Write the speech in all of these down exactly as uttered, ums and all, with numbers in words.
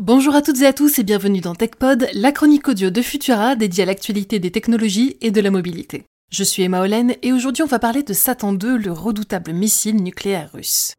Bonjour à toutes et à tous et bienvenue dans TechPod, la chronique audio de Futura dédiée à l'actualité des technologies et de la mobilité. Je suis Emma Hollen et aujourd'hui on va parler de Satan deux, le redoutable missile nucléaire russe.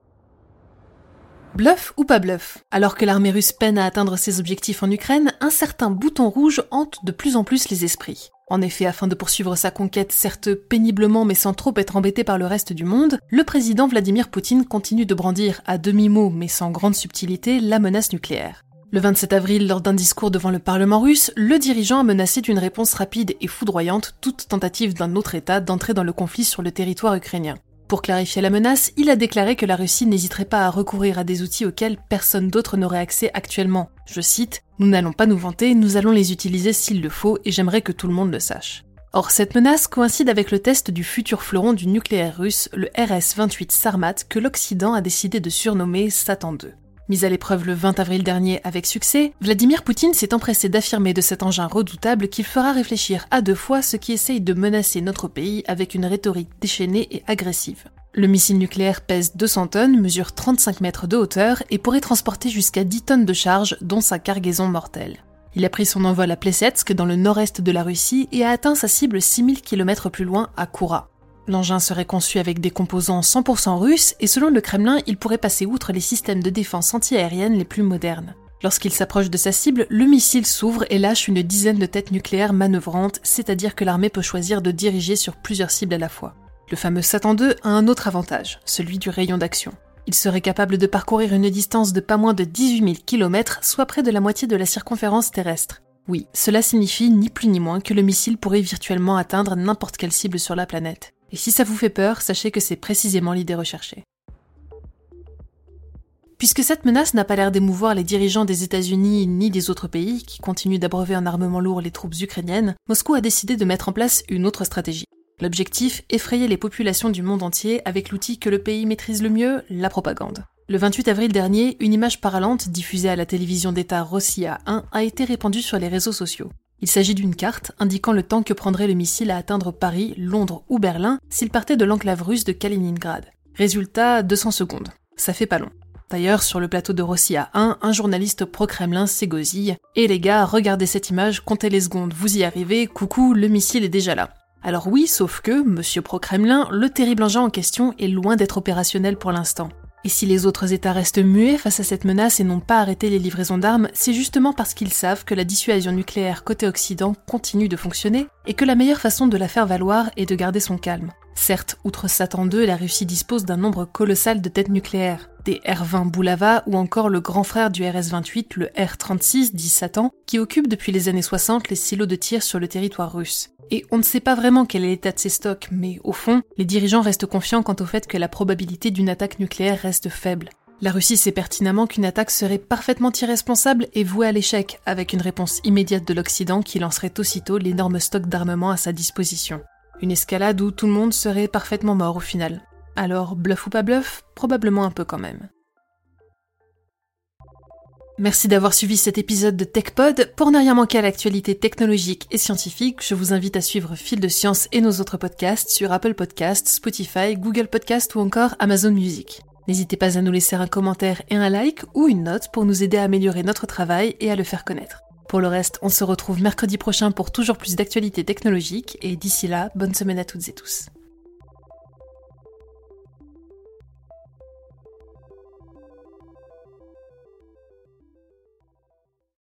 Bluff ou pas bluff? Alors que l'armée russe peine à atteindre ses objectifs en Ukraine, un certain bouton rouge hante de plus en plus les esprits. En effet, afin de poursuivre sa conquête, certes péniblement mais sans trop être embêté par le reste du monde, le président Vladimir Poutine continue de brandir à demi-mot mais sans grande subtilité la menace nucléaire. Le vingt-sept avril, lors d'un discours devant le Parlement russe, le dirigeant a menacé d'une réponse rapide et foudroyante toute tentative d'un autre État d'entrer dans le conflit sur le territoire ukrainien. Pour clarifier la menace, il a déclaré que la Russie n'hésiterait pas à recourir à des outils auxquels personne d'autre n'aurait accès actuellement. Je cite « Nous n'allons pas nous vanter, nous allons les utiliser s'il le faut et j'aimerais que tout le monde le sache ». Or, cette menace coïncide avec le test du futur fleuron du nucléaire russe, le R S vingt-huit Sarmat, que l'Occident a décidé de surnommer Satan deux. Mis à l'épreuve le vingt avril dernier avec succès, Vladimir Poutine s'est empressé d'affirmer de cet engin redoutable qu'il fera réfléchir à deux fois ceux qui essayent de menacer notre pays avec une rhétorique déchaînée et agressive. Le missile nucléaire pèse deux cents tonnes, mesure trente-cinq mètres de hauteur et pourrait transporter jusqu'à dix tonnes de charge, dont sa cargaison mortelle. Il a pris son envol à Plesetsk, dans le nord-est de la Russie, et a atteint sa cible six mille kilomètres plus loin, à Koura. L'engin serait conçu avec des composants cent pour cent russes et selon le Kremlin, il pourrait passer outre les systèmes de défense antiaérienne les plus modernes. Lorsqu'il s'approche de sa cible, le missile s'ouvre et lâche une dizaine de têtes nucléaires manœuvrantes, c'est-à-dire que l'armée peut choisir de diriger sur plusieurs cibles à la fois. Le fameux Satan deux a un autre avantage, celui du rayon d'action. Il serait capable de parcourir une distance de pas moins de dix-huit mille kilomètres, soit près de la moitié de la circonférence terrestre. Oui, cela signifie ni plus ni moins que le missile pourrait virtuellement atteindre n'importe quelle cible sur la planète. Et si ça vous fait peur, sachez que c'est précisément l'idée recherchée. Puisque cette menace n'a pas l'air d'émouvoir les dirigeants des États-Unis ni des autres pays, qui continuent d'abreuver en armement lourd les troupes ukrainiennes, Moscou a décidé de mettre en place une autre stratégie. L'objectif, effrayer les populations du monde entier avec l'outil que le pays maîtrise le mieux, la propagande. Le vingt-huit avril dernier, une image parlante diffusée à la télévision d'État Rossiya un a été répandue sur les réseaux sociaux. Il s'agit d'une carte indiquant le temps que prendrait le missile à atteindre Paris, Londres ou Berlin s'il partait de l'enclave russe de Kaliningrad. Résultat, deux cents secondes. Ça fait pas long. D'ailleurs, sur le plateau de Rossiya un, un journaliste pro-Kremlin s'égosille « Et les gars, regardez cette image, comptez les secondes, vous y arrivez, coucou, le missile est déjà là ». Alors oui, sauf que, monsieur pro-Kremlin, le terrible engin en question est loin d'être opérationnel pour l'instant. Et si les autres États restent muets face à cette menace et n'ont pas arrêté les livraisons d'armes, c'est justement parce qu'ils savent que la dissuasion nucléaire côté Occident continue de fonctionner et que la meilleure façon de la faire valoir est de garder son calme. Certes, outre Satan deux, la Russie dispose d'un nombre colossal de têtes nucléaires, des R vingt Boulava ou encore le grand frère du R S vingt-huit, le R trente-six, dit Satan, qui occupe depuis les années soixante les silos de tir sur le territoire russe. Et on ne sait pas vraiment quel est l'état de ces stocks, mais au fond, les dirigeants restent confiants quant au fait que la probabilité d'une attaque nucléaire reste faible. La Russie sait pertinemment qu'une attaque serait parfaitement irresponsable et vouée à l'échec, avec une réponse immédiate de l'Occident qui lancerait aussitôt l'énorme stock d'armement à sa disposition. Une escalade où tout le monde serait parfaitement mort au final. Alors, bluff ou pas bluff, probablement un peu quand même. Merci d'avoir suivi cet épisode de TechPod. Pour ne rien manquer à l'actualité technologique et scientifique, je vous invite à suivre Fil de Science et nos autres podcasts sur Apple Podcasts, Spotify, Google Podcasts ou encore Amazon Music. N'hésitez pas à nous laisser un commentaire et un like ou une note pour nous aider à améliorer notre travail et à le faire connaître. Pour le reste, on se retrouve mercredi prochain pour toujours plus d'actualités technologiques et d'ici là, bonne semaine à toutes et tous.